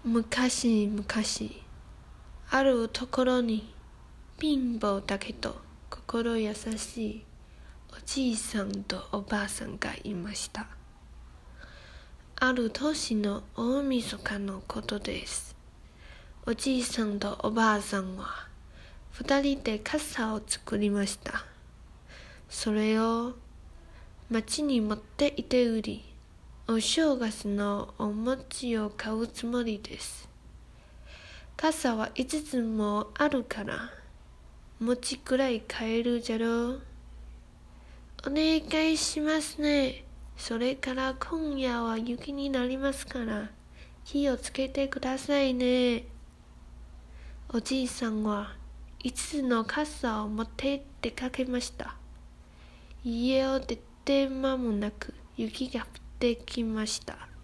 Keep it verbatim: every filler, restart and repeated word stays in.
昔々あるところに貧乏だけど心優しいおじいさんとおばあさんがいました。ある年の大晦日のことです。おじいさんとおばあさんは二人で傘を作りました。それを町に持っていって売り、お正月のお餅を買うつもりです。傘は五つもあるから、餅くらい買えるじゃろう。お願いしますね。それから今夜は雪になりますから、気をつけてくださいね。おじいさんは五つの傘を持って出かけました。家を出て間もなく雪が降ってきました。